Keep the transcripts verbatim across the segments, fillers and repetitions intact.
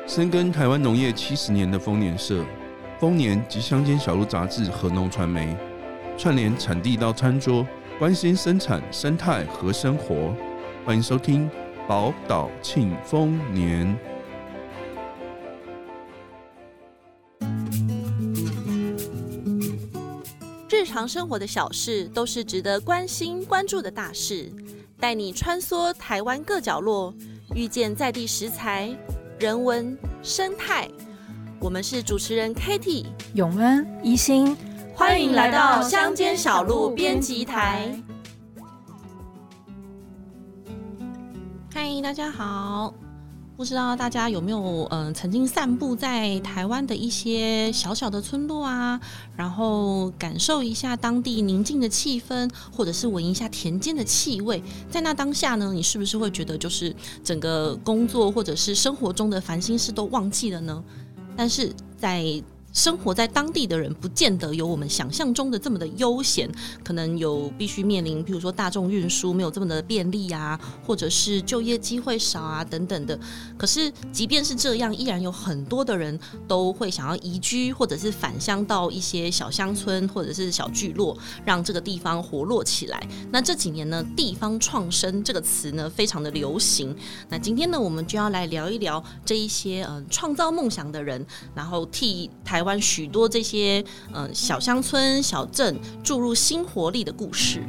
深耕台湾农业七十年的丰年社、丰年及乡间小路杂志和农传媒，串联产地到餐桌，关心生产、生态和生活。欢迎收听宝岛庆丰年。 日常生活的小事都是值得关心关注的大事，带你穿梭台湾各角落，遇见在地食材、人文、生态。我们是主持人 Katie、 永恩、宜心， 欢迎来到乡间小路编辑台。嗨，大家好。不知道大家有没有嗯曾经散步在台湾的一些小小的村落啊，然后感受一下当地宁静的气氛，或者是闻一下田间的气味。在那当下呢，你是不是会觉得就是整个工作或者是生活中的烦心事都忘记了呢？但是在生活在当地的人不见得有我们想象中的这么的悠闲，可能有必须面临比如说大众运输没有这么的便利啊，或者是就业机会少啊等等的。可是即便是这样，依然有很多的人都会想要移居或者是返乡到一些小乡村或者是小聚落，让这个地方活络起来。那这几年呢，地方创生这个词呢非常的流行。那今天呢，我们就要来聊一聊这一些呃创造梦想的人，然后替台湾许多这些、呃、小乡村小镇注入新活力的故事。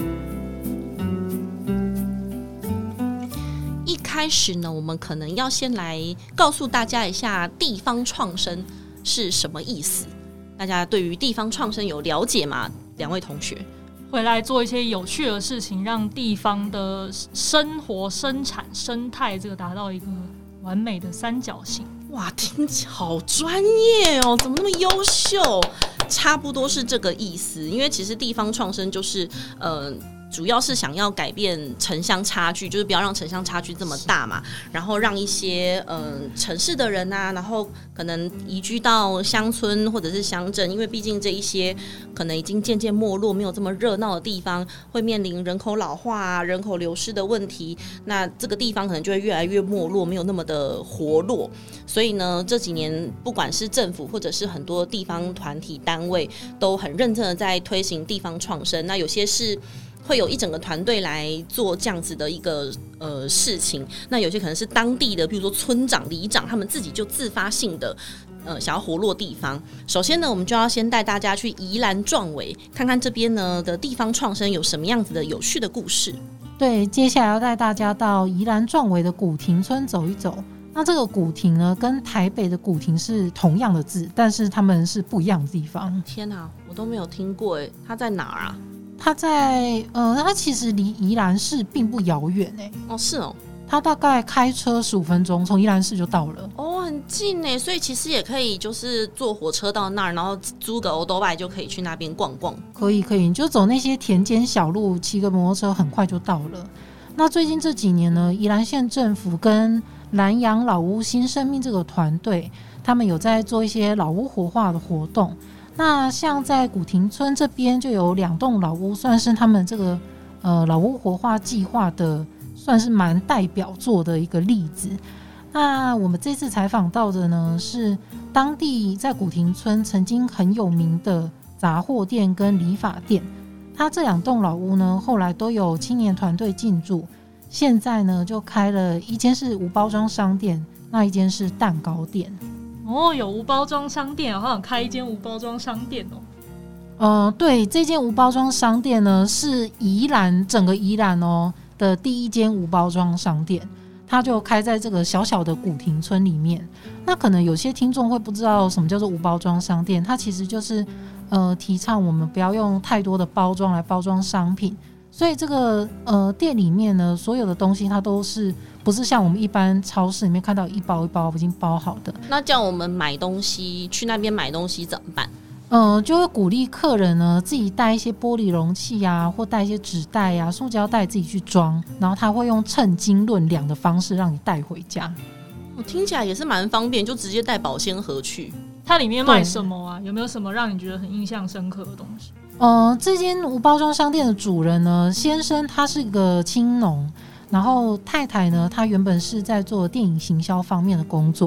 一开始呢，我们可能要先来告诉大家一下地方创生是什么意思。大家对于地方创生有了解吗？两位同学会来做一些有趣的事情，让地方的生活、生产、生态这个达到一个完美的三角形。 哇，听起来好专业哦，怎么那么优秀？差不多是这个意思。因为其实地方创生就是呃主要是想要改变城乡差距，就是不要让城乡差距这么大嘛，然后让一些呃城市的人啊，然后可能移居到乡村或者是乡镇，因为毕竟这一些可能已经渐渐没落，没有这么热闹的地方，会面临人口老化啊、人口流失的问题，那这个地方可能就会越来越没落，没有那么的活络。所以呢，这几年不管是政府或者是很多地方团体单位，都很认真的在推行地方创生。那有些是会有一整个团队来做这样子的一个呃事情，那有些可能是当地的，比如说村长、里长，他们自己就自发性的呃想要活络地方。首先呢，我们就要先带大家去宜兰壮围，看看这边呢的地方创生有什么样子的有趣的故事。 对，接下来要带大家到宜兰壮围的古亭村走一走。那这个古亭呢，跟台北的古亭是同样的字，但是他们是不一样的地方。 天哪，我都没有听过哎，它在哪儿啊？ 它在呃，它其实离宜兰市并不遥远哎。 哦，是哦。 它大概开车十五分钟，从宜兰市就到了。 哦，很近哎，所以其实也可以就是坐火车到那儿，然后租个欧兜拜就可以去那边逛逛。 可以可以，你就走那些田间小路，骑个摩托车很快就到了。那最近这几年呢，宜兰县政府跟南洋老屋新生命这个团队，他们有在做一些老屋活化的活动。那像在古亭村这边就有两栋老屋，算是他们这个呃老屋活化计划的算是蛮代表作的一个例子。那我们这次采访到的呢，是当地在古亭村曾经很有名的杂货店跟理发店。它这两栋老屋呢，后来都有青年团队进驻，现在呢就开了一间是无包装商店，那一间是蛋糕店。 哦，有无包装商店，好想开一间无包装商店哦。 呃，对，这间无包装商店呢，是宜兰整个宜兰哦的第一间无包装商店，它就开在这个小小的古亭村里面。那可能有些听众会不知道什么叫做无包装商店，它其实就是呃提倡我们不要用太多的包装来包装商品。所以这个呃店里面呢，所有的东西它都是不是像我们一般超市里面看到一包一包已经包好的。 那叫我们买东西去那边买东西怎么办？ 呃，就会鼓励客人呢自己带一些玻璃容器啊，或带一些纸袋啊、塑胶袋自己去装，然后他会用称斤论两的方式让你带回家。 我听起来也是蛮方便，就直接带保鲜盒去。 它里面卖什么啊？有没有什么让你觉得很印象深刻的东西？ 呃，这间无包装商店的主人呢，先生他是一个青农，然后太太呢，她原本是在做电影行销方面的工作，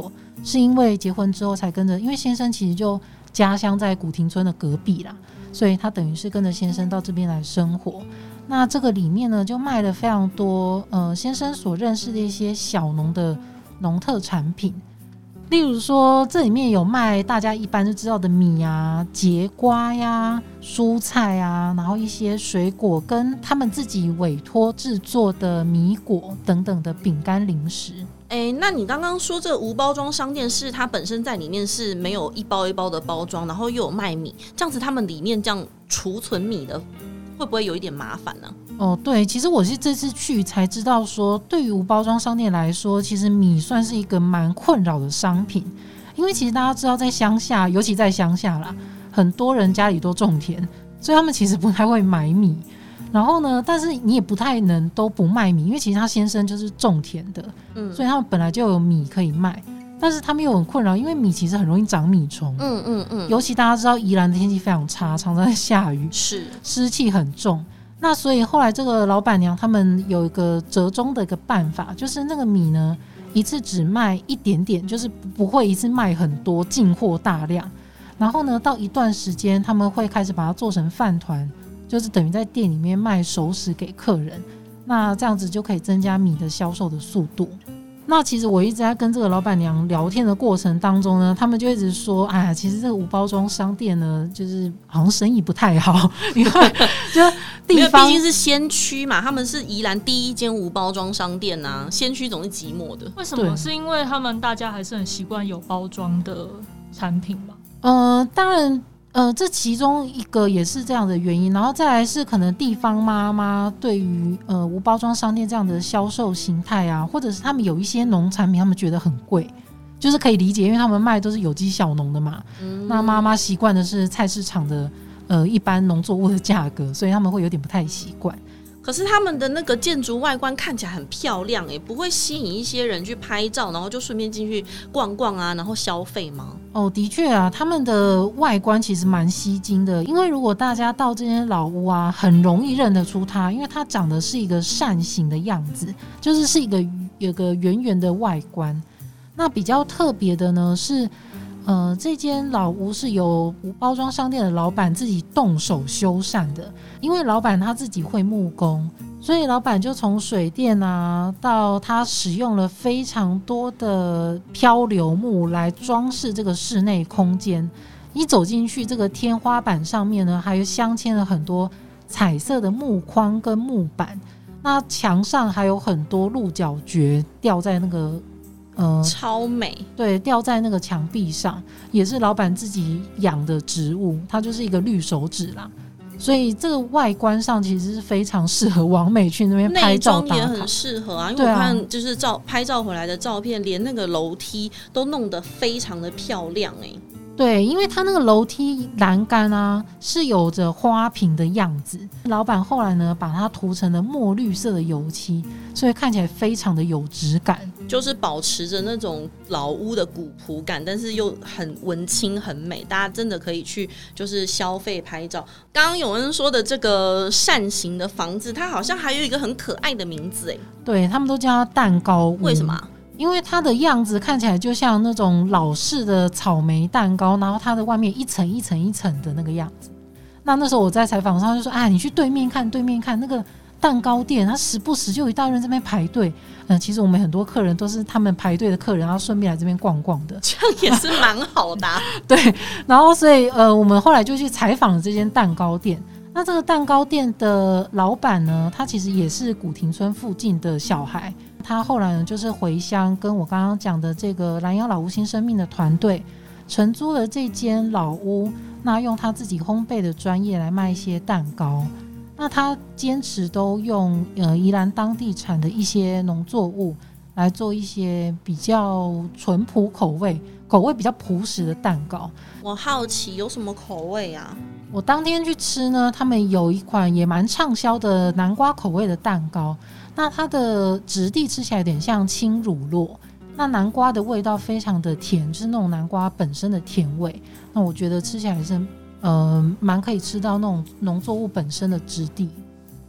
是因为结婚之后才跟着，因为先生其实就家乡在古亭村的隔壁啦，所以他等于是跟着先生到这边来生活。那这个里面呢，就卖了非常多呃先生所认识的一些小农的农特产品，例如说这里面有卖大家一般就知道的米啊、节瓜呀、蔬菜啊，然后一些水果跟他们自己委托制作的米果等等的饼干零食。 哎，那你刚刚说这个无包装商店是它本身在里面是没有一包一包的包装，然后又有卖米，这样子他们里面这样储存米的会不会有一点麻烦呢？ 哦，对，其实我是这次去才知道说，对于无包装商店来说，其实米算是一个蛮困扰的商品，因为其实大家知道在乡下，尤其在乡下啦，很多人家里都种田，所以他们其实不太会买米。然后呢，但是你也不太能都不卖米，因为其实他先生就是种田的，嗯，所以他们本来就有米可以卖。但是他们又很困扰，因为米其实很容易长米虫，嗯嗯嗯，尤其大家知道宜兰的天气非常差，常常在下雨， 是湿气很重。那所以后来这个老板娘他们有一个折中的一个办法，就是那个米呢一次只卖一点点，就是不会一次卖很多，进货大量。然后呢，到一段时间他们会开始把它做成饭团，就是等于在店里面卖熟食给客人。那这样子就可以增加米的销售的速度。那其实我一直在跟这个老板娘聊天的过程当中呢，他们就一直说，哎呀，其实这个无包装商店呢，就是好像生意不太好，因为就地方毕竟是先驱嘛，他们是宜兰第一间无包装商店啊，先驱总是寂寞的。 为什么？是因为他们大家还是很习惯有包装的产品吧？ 呃，当然。呃，这其中一个也是这样的原因，然后再来是可能地方妈妈对于呃无包装商店这样的销售形态啊，或者是他们有一些农产品他们觉得很贵，就是可以理解，因为他们卖都是有机小农的嘛，嗯、那妈妈习惯的是菜市场的呃一般农作物的价格，所以他们会有点不太习惯。 可是他们的那个建筑外观看起来很漂亮，也不会吸引一些人去拍照，然后就顺便进去逛逛啊，然后消费吗？ 哦，的确啊，他们的外观其实蛮吸睛的，因为如果大家到这间老屋啊，很容易认得出它，因为它长得是一个扇形的样子，就是是一个有个圆圆的外观。那比较特别的呢是。呃，这间老屋是由无包装商店的老板自己动手修缮的，因为老板他自己会木工，所以老板就从水电啊到他使用了非常多的漂流木来装饰这个室内空间。一走进去，这个天花板上面呢，还有镶嵌了很多彩色的木框跟木板，那墙上还有很多鹿角蕨吊在那个。 呃，超美， 对，吊在那个墙壁上，也是老板自己养的植物，它就是一个绿手指啦。所以这个外观上其实是非常适合网美去那边拍照打卡， 内装也很适合啊。因为我看就是照拍照回来的照片，连那个楼梯都弄得非常的漂亮哎、欸。 对，因为它那个楼梯栏杆啊是有着花瓶的样子，老板后来呢把它涂成了墨绿色的油漆，所以看起来非常的有质感， 就是保持着那种老屋的古朴感，但是又很文青很美，大家真的可以去就是消费拍照。刚刚永恩说的这个扇形的房子，它好像还有一个很可爱的名字哎， 对，他们都叫它蛋糕屋。 为什么？ 因为它的样子看起来就像那种老式的草莓蛋糕，然后它的外面一层一层一层的那个样子。那那时候我在采访上就说：“哎，你去对面看，对面看那个蛋糕店，它时不时就有一大人在那边排队。嗯、呃，其实我们很多客人都是他们排队的客人，然后顺便来这边逛逛的， 这样也是蛮好的、啊。 对，然后所以呃，我们后来就去采访了这间蛋糕店。那这个蛋糕店的老板呢，他其实也是古亭村附近的小孩。他后来呢，就是回乡，跟我刚刚讲的这个蓝洋老屋新生命的团队承租了这间老屋，那用他自己烘焙的专业来卖一些蛋糕。那他坚持都用呃宜兰当地产的一些农作物来做一些比较淳朴口味、口味比较朴实的蛋糕。 我好奇有什么口味啊？ 我当天去吃呢，他们有一款也蛮畅销的南瓜口味的蛋糕。那它的质地吃起来有点像轻乳酪，那南瓜的味道非常的甜，就是那种南瓜本身的甜味。那我觉得吃起来是呃蛮可以吃到那种农作物本身的质地。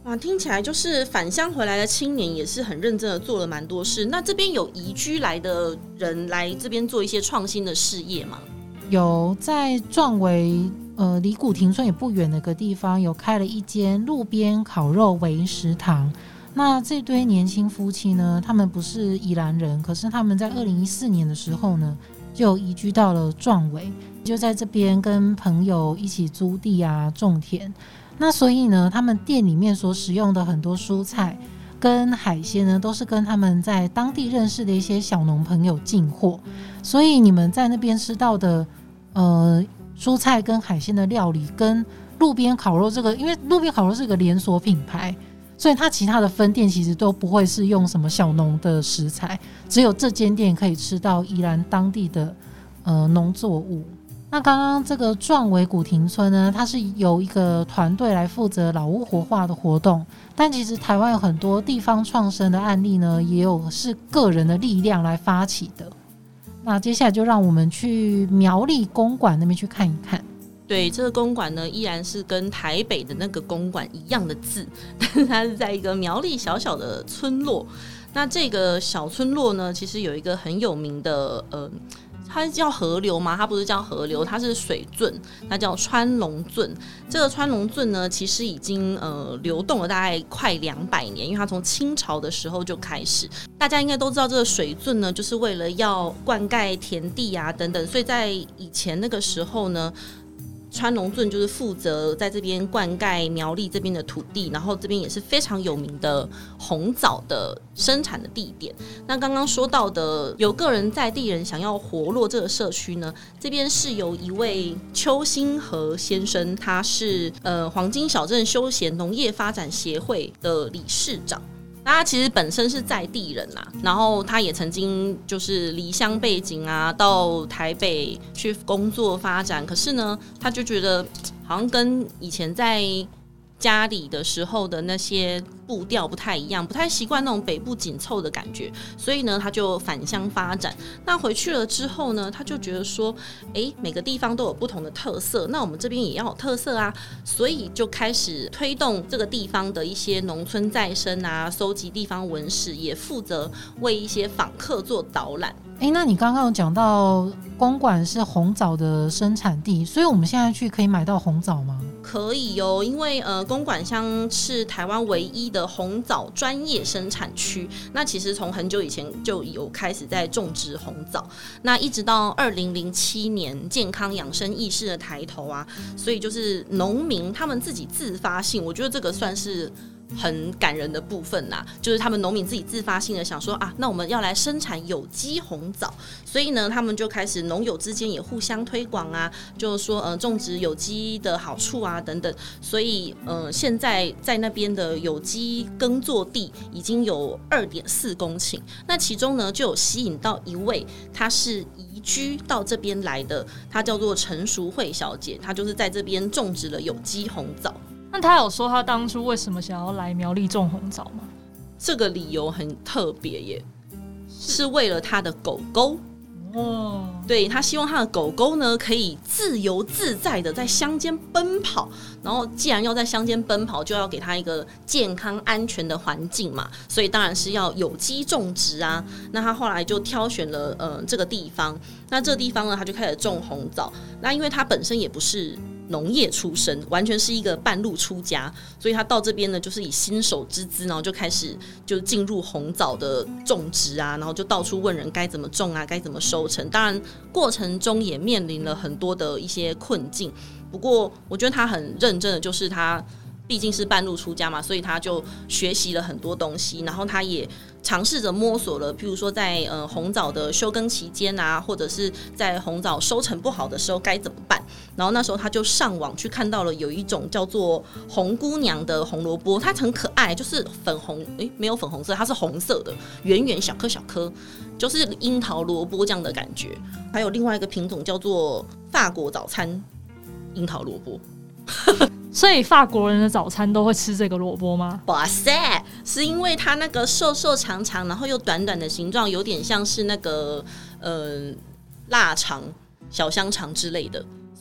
哇，听起来就是返乡回来的青年也是很认真的做了蛮多事。那这边有移居来的人来这边做一些创新的事业吗？ 有，在壮围呃离古亭村也不远的一个地方，有开了一间路边烤肉微食堂。那这对年轻夫妻呢，他们不是宜兰人，可是他们在二零一四年的时候呢，就移居到了壮围，就在这边跟朋友一起租地啊，种田。那所以呢，他们店里面所使用的很多蔬菜跟海鲜呢，都是跟他们在当地认识的一些小农朋友进货。所以你们在那边吃到的呃蔬菜跟海鲜的料理，跟路边烤肉这个，因为路边烤肉是个连锁品牌，所以它其他的分店其实都不会是用什么小农的食材，只有这间店可以吃到宜兰当地的呃农作物。那刚刚这个壮围古亭村呢，它是由一个团队来负责老屋活化的活动，但其实台湾有很多地方创生的案例呢，也有是个人的力量来发起的。那接下来就让我们去苗栗公馆那边去看一看。 对，这个公馆呢，依然是跟台北的那个公馆一样的字，但是它是在一个苗栗小小的村落。那这个小村落呢，其实有一个很有名的呃。它叫河流吗？它不是叫河流，它是水圳，它叫川龙圳。这个川龙圳呢，其实已经呃流动了大概快两百年，因为它从清朝的时候就开始。大家应该都知道，这个水圳呢，就是为了要灌溉田地啊等等，所以在以前那个时候呢，川龙圳就是负责在这边灌溉苗栗这边的土地，然后这边也是非常有名的红枣的生产的地点。那刚刚说到的有个人在地人想要活络这个社区呢，这边是由一位邱新和先生，他是呃黄金小镇休闲农业发展协会的理事长。他其实本身是在地人啦，然后他也曾经就是离乡背景啊，到台北去工作发展。可是呢，他就觉得好像跟以前在家里的时候的那些步调不太一样，不太习惯那种北部紧凑的感觉，所以呢，他就返乡发展。那回去了之后呢，他就觉得说，哎，每个地方都有不同的特色，那我们这边也要有特色啊，所以就开始推动这个地方的一些农村再生啊，收集地方文史，也负责为一些访客做导览。 哎，那你刚刚有讲到公馆是红枣的生产地，所以我们现在去可以买到红枣吗？ 可以哦，因为呃，公馆乡是台湾唯一的红枣专业生产区。那其实从很久以前就有开始在种植红枣，那一直到二零零七年健康养生意识的抬头啊，所以就是农民他们自己自发性，我觉得这个算是很感人的部分啦，就是他们农民自己自发性的想说啊，那我们要来生产有机红枣，所以呢，他们就开始农友之间也互相推广啊，就是说呃种植有机的好处啊等等，所以呃现在在那边的有机耕作地已经有二点四公顷，那其中呢就有吸引到一位，她是移居到这边来的，她叫做陈淑慧小姐，她就是在这边种植了有机红枣。 那他有说他当初为什么想要来苗栗种红枣吗？ 这个理由很特别耶，是为了他的狗狗。哦，对，他希望他的狗狗呢可以自由自在的在乡间奔跑，然后既然要在乡间奔跑，就要给他一个健康安全的环境嘛，所以当然是要有机种植啊。那他后来就挑选了呃这个地方，那这个地方呢，他就开始种红枣。那因为他本身也不是农业出身，完全是一个半路出家，所以他到这边呢，就是以新手之姿，然后就开始就进入红枣的种植啊，然后就到处问人该怎么种啊，该怎么收成。当然过程中也面临了很多的一些困境，不过我觉得他很认真的，就是他毕竟是半路出家嘛，所以他就学习了很多东西，然后他也尝试着摸索了，譬如说在呃红枣的休耕期间啊，或者是在红枣收成不好的时候该怎么办。然后那时候他就上网去看到了有一种叫做红姑娘的红萝卜，它很可爱，就是粉红，诶，没有粉红色，它是红色的，圆圆小颗小颗，就是樱桃萝卜这样的感觉。还有另外一个品种叫做法国早餐樱桃萝卜。 所以法国人的早餐都会吃这个萝卜吗？ 哇塞，是因为它那个瘦瘦长长，然后又短短的形状，有点像是那个呃腊肠、小香肠之类的，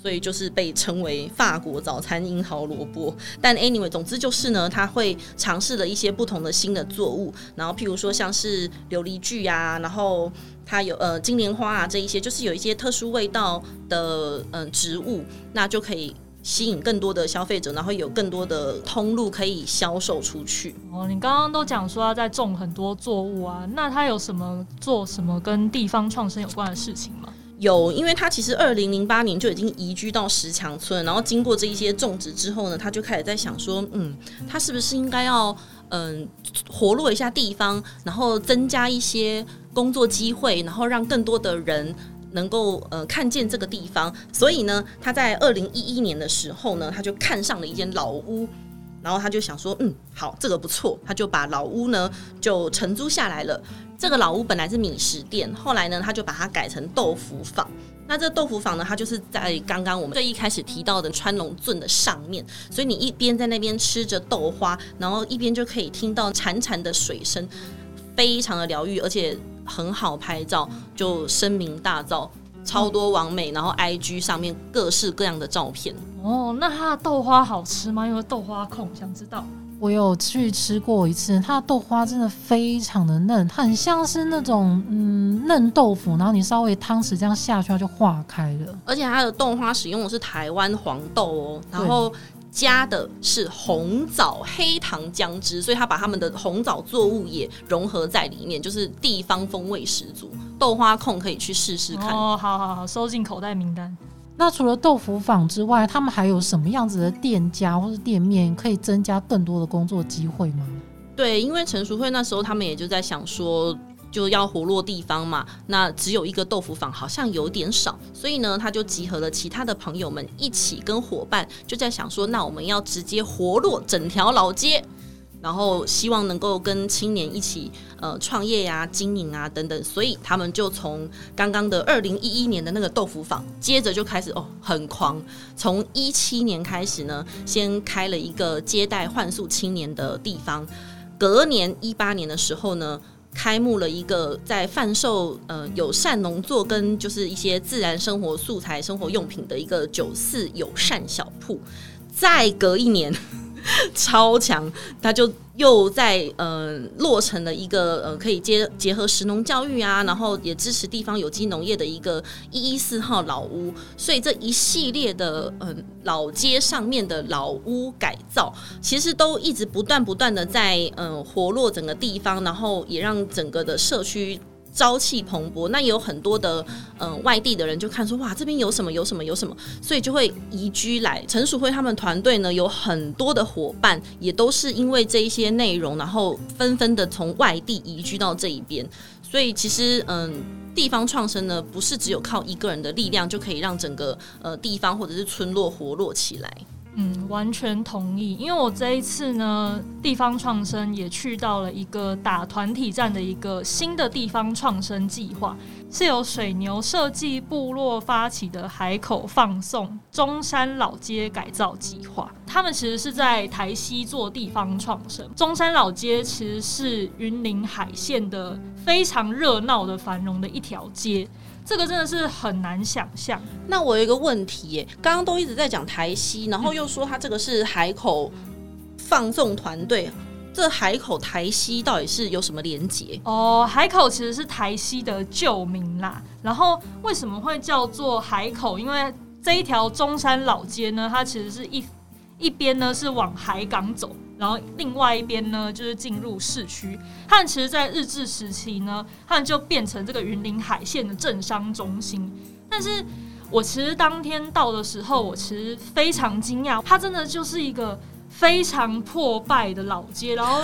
所以就是被称为法国早餐樱桃萝卜。但 anyway 总之就是呢，他会尝试了一些不同的新的作物，然后譬如说像是琉璃苣啊，然后它有呃金莲花啊，这一些就是有一些特殊味道的嗯、呃、植物，那就可以吸引更多的消费者，然后有更多的通路可以销售出去。 哦，你刚刚都讲说他在种很多作物啊，那他有什么做什么跟地方创生有关的事情吗？ 有，因为他其实二零零八年就已经移居到石墙村，然后经过这一些种植之后呢，他就开始在想说，嗯，他是不是应该要嗯活络一下地方，然后增加一些工作机会，然后让更多的人能够呃看见这个地方。所以呢，他在二零一一年的时候呢，他就看上了一间老屋。然后他就想说，嗯，好，这个不错，他就把老屋呢就承租下来了。这个老屋本来是米食店，后来呢，他就把它改成豆腐坊。那这豆腐坊呢，它就是在刚刚我们最一开始提到的川龙圳的上面，所以你一边在那边吃着豆花，然后一边就可以听到潺潺的水声，非常的疗愈，而且很好拍照，就声名大噪。超多网美，然后 I G 上面各式各样的照片。 哦，那它的豆花好吃吗？因为豆花控想知道。 我有去吃过一次，它的豆花真的非常的嫩，它很像是那种嗯嫩豆腐，然后你稍微汤匙这样下去它就化开了。 而且它的豆花使用的是台湾黄豆哦，然后加的是红枣黑糖姜汁，所以他把他们的红枣作物也融合在里面，就是地方风味十足。豆花控可以去试试看哦，好好好，收进口袋名单。 那除了豆腐坊之外，他们还有什么样子的店家或是店面可以增加更多的工作机会吗？ 对，因为陈淑慧那时候他们也就在想说，就要活络地方嘛，那只有一个豆腐坊好像有点少，所以呢，他就集合了其他的朋友们一起跟伙伴，就在想说，那我们要直接活络整条老街，然后希望能够跟青年一起呃创业呀、经营啊等等，所以他们就从刚刚的二零一一年的那个豆腐坊，接着就开始哦很狂，从一七年开始呢，先开了一个接待换宿青年的地方，隔年一八年的时候呢。开幕了一个在贩售呃友善农作跟就是一些自然生活素材、生活用品的一个九四友善小铺，再隔一年超强，他就又在呃落成了一个呃可以结结合食农教育啊，然后也支持地方有机农业的一个一一四号老屋，所以这一系列的呃老街上面的老屋改造，其实都一直不断不断的在呃活络整个地方，然后也让整个的社区朝气蓬勃。那也有很多的、呃、外地的人就看说，哇，这边有什么有什么有什么，所以就会移居来。陈淑慧他们团队呢，有很多的伙伴也都是因为这一些内容，然后纷纷的从外地移居到这一边。所以其实嗯，地方创生呢，不是只有靠一个人的力量就可以让整个呃地方或者是村落活络起来。 嗯，完全同意。因为我这一次呢，地方创生也去到了一个打团体战的一个新的地方创生计划，是由水牛设计部落发起的海口放送中山老街改造计划。他们其实是在台西做地方创生。中山老街其实是云林海线的非常热闹的繁荣的一条街。这个真的是很难想象。 那我有一个问题耶，刚刚都一直在讲台西，然后又说他这个是海口放送团队，这海口台西到底是有什么连结？ 哦，海口其实是台西的旧名啦。然后为什么会叫做海口？因为这一条中山老街呢，它其实是一一边呢是往海港走，然后另外一边呢就是进入市区。他们其实在日治时期呢，他们就变成这个云林海线的政商中心。但是我其实当天到的时候，我其实非常惊讶，它真的就是一个非常破败的老街。然后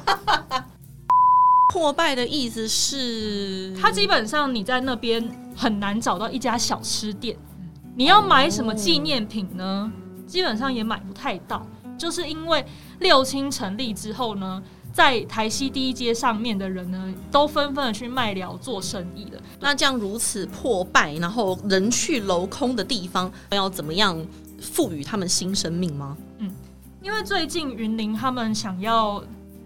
破败的意思是， 它基本上你在那边很难找到一家小吃店，你要买什么纪念品呢？基本上也买不太到。就是因为六轻成立之后呢，在台西第一街上面的人呢，都纷纷的去卖寮做生意了。 那这样如此破败，然后人去楼空的地方，要怎么样赋予他们新生命吗？ 嗯，因为最近云林他们想要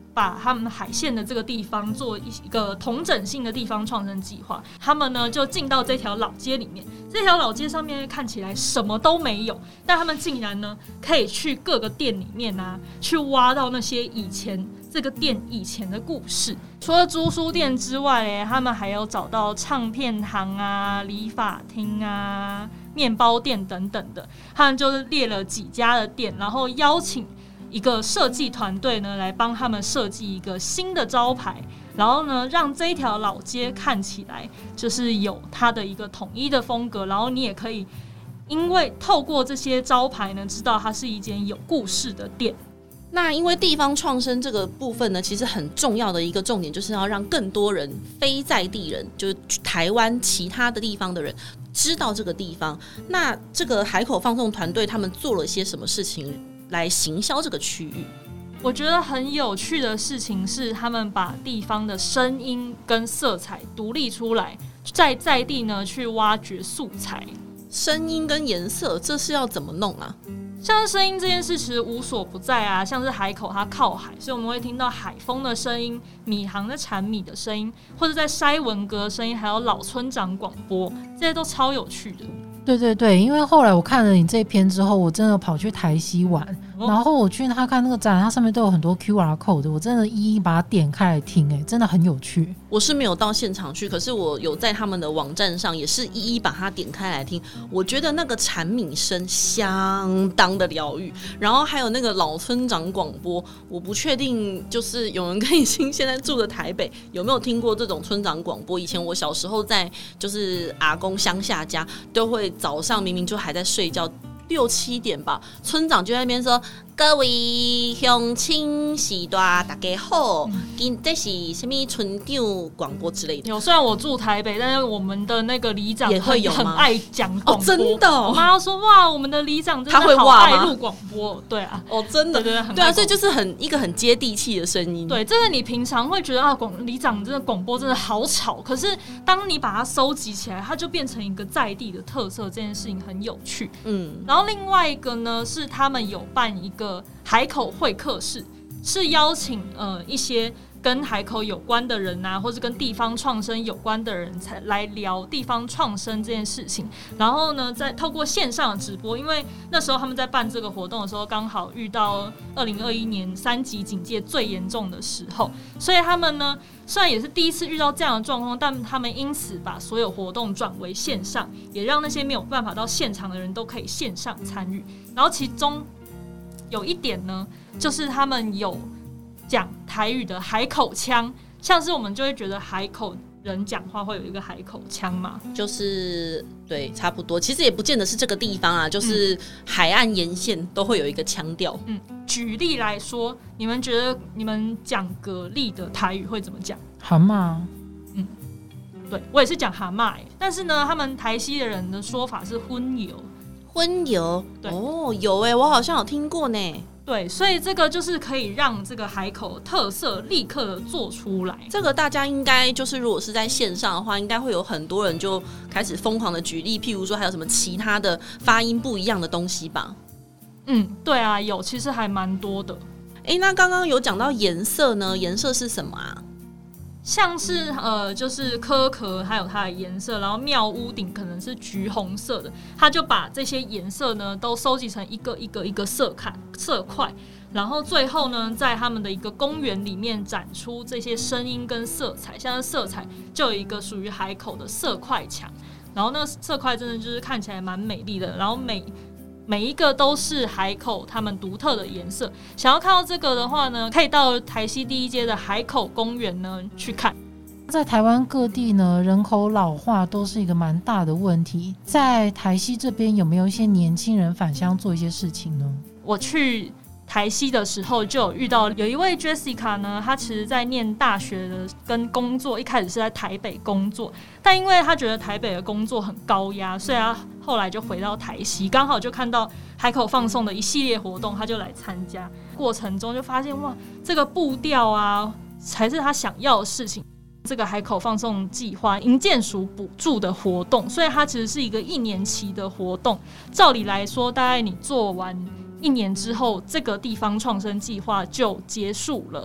把他们海线的这个地方做一个统整性的地方创生计划。他们呢就进到这条老街里面，这条老街上面看起来什么都没有，但他们竟然呢可以去各个店里面啊，去挖到那些以前这个店以前的故事。除了租书店之外咧，他们还有找到唱片行啊、理发厅啊、面包店等等的。他们就是列了几家的店，然后邀请一个设计团队呢来帮他们设计一个新的招牌，然后呢让这一条老街看起来就是有它的一个统一的风格，然后你也可以因为透过这些招牌呢知道它是一间有故事的店。 那因为地方创生这个部分呢，其实很重要的一个重点就是要让更多人非在地人，就是台湾其他的地方的人知道这个地方。那这个海口放送团队他们做了些什么事情来行销这个区域？ 我觉得很有趣的事情是，他们把地方的声音跟色彩独立出来，在在地呢去挖掘素材。 声音跟颜色，这是要怎么弄啊？ 像是声音这件事其实无所不在啊，像是海口它靠海，所以我们会听到海风的声音、米行在产米的声音，或者在筛文革的声音，还有老村长广播，这些都超有趣的。 对对对，因为后来我看了你这篇之后，我真的跑去台西玩，哦、然后我去他看那个展，它上面都有很多 Q R code 的，我真的一一把它点开来听，哎，真的很有趣。 我是没有到现场去，可是我有在他们的网站上也是一一把它点开来听。我觉得那个蝉鸣声相当的疗愈，然后还有那个老村长广播，我不确定就是有人跟已经现在住的台北有没有听过这种村长广播。以前我小时候在就是阿公乡下家都会早上明明就还在睡觉，六七点吧，村长就在那边说：“各位乡亲时大大家好，今、嗯、这是什么村长广播之类的。” 有，虽然我住台北，但是我们的那个里长也会有很爱讲广播、 哦，真的、哦。 我妈说：“哇，我们的里长真的好爱录广播。”对啊， 哦，真的， 对对对， 对啊，所以就是很一个很接地气的声音。 对，这个你平常会觉得啊，广里长真的广播真的好吵，可是当你把它收集起来，它就变成一个在地的特色，这件事情很有趣。嗯，然后另外一个呢是他们有办一个海口会客室，是邀请呃一些跟海口有关的人啊，或是跟地方创生有关的人才来聊地方创生这件事情。然后呢，再透过线上的直播，因为那时候他们在办这个活动的时候，刚好遇到二零二一年三级警戒最严重的时候，所以他们呢虽然也是第一次遇到这样的状况，但他们因此把所有活动转为线上，也让那些没有办法到现场的人都可以线上参与。然后其中有一点呢，就是他们有讲台语的海口腔，像是我们就会觉得海口人讲话会有一个海口腔嘛， 就是对，差不多。其实也不见得是这个地方啊，就是海岸沿线都会有一个腔调。 嗯，举例来说，你们觉得你们讲蛤蜊的台语会怎么讲？ 蛤蟆。 嗯，对，我也是讲蛤蟆、欸，但是呢，他们台西的人的说法是荤油。 荤油， 对哦，有哎，我好像有听过呢。 对，所以这个就是可以让这个海口特色立刻的做出来。 这个大家应该就是，如果是在线上的话，应该会有很多人就开始疯狂的举例，譬如说还有什么其他的发音不一样的东西吧。 嗯，对啊，有，其实还蛮多的。 哎，那刚刚有讲到颜色呢，颜色是什么啊？ 像是呃，就是壳壳还有它的颜色，然后庙屋顶可能是橘红色的，他就把这些颜色呢都收集成一个一个一个色块色块，然后最后呢，在他们的一个公园里面展出这些声音跟色彩，像是色彩就有一个属于海口的色块墙，然后那个色块真的就是看起来蛮美丽的，然后每每一个都是海口他们独特的颜色。想要看到这个的话呢，可以到台西第一街的海口公园呢去看。 在台湾各地呢，人口老化都是一个蛮大的问题。在台西这边有没有一些年轻人返乡做一些事情呢？ 我去台西的时候就有遇到有一位 Jessica 呢，她其实在念大学的跟工作一开始是在台北工作，但因为她觉得台北的工作很高压，所以她后来就回到台西，刚好就看到海口放送的一系列活动，她就来参加。过程中就发现哇，这个步调啊才是她想要的事情。这个海口放送计划营建署补助的活动，所以它其实是一个一年期的活动。照理来说，大概你做完一年之后，这个地方创生计划就结束了。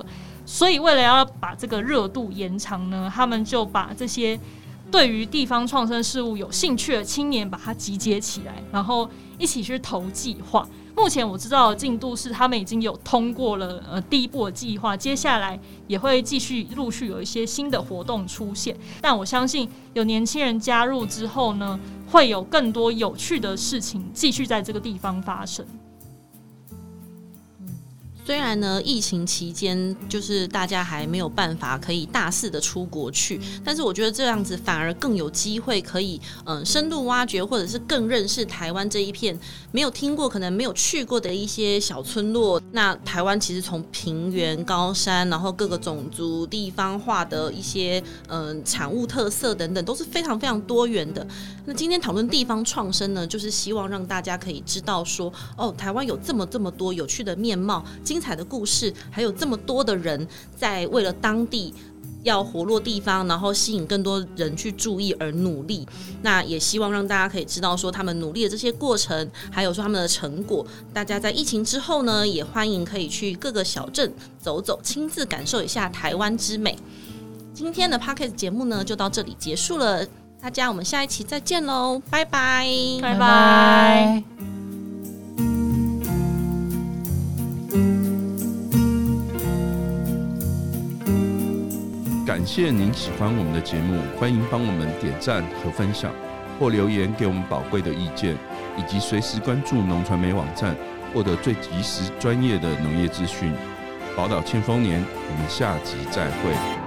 所以为了要把这个热度延长呢，他们就把这些对于地方创生事务有兴趣的青年把它集结起来，然后一起去投计划。目前我知道的进度是他们已经有通过了呃第一步的计划，接下来也会继续陆续有一些新的活动出现。但我相信有年轻人加入之后呢，会有更多有趣的事情继续在这个地方发生。 虽然呢，疫情期间就是大家还没有办法可以大肆的出国去，但是我觉得这样子反而更有机会可以嗯深度挖掘，或者是更认识台湾这一片没有听过、可能没有去过的一些小村落。那台湾其实从平原、高山，然后各个种族、地方化的一些嗯产物特色等等，都是非常非常多元的。那今天讨论地方创生呢，就是希望让大家可以知道说，哦，台湾有这么这么多有趣的面貌。精彩的故事，还有这么多的人在为了当地要活络地方，然后吸引更多人去注意而努力。那也希望让大家可以知道说他们努力的这些过程，还有说他们的成果。大家在疫情之后呢，也欢迎可以去各个小镇走走，亲自感受一下台湾之美。今天的 Podcast 节目呢，就到这里结束了，大家我们下一期再见喽，拜拜， 拜拜。 感谢您喜欢我们的节目，欢迎帮我们点赞和分享，或留言给我们宝贵的意见，以及随时关注农传媒网站，获得最及时专业的农业资讯。宝岛庆丰年，我们下集再会。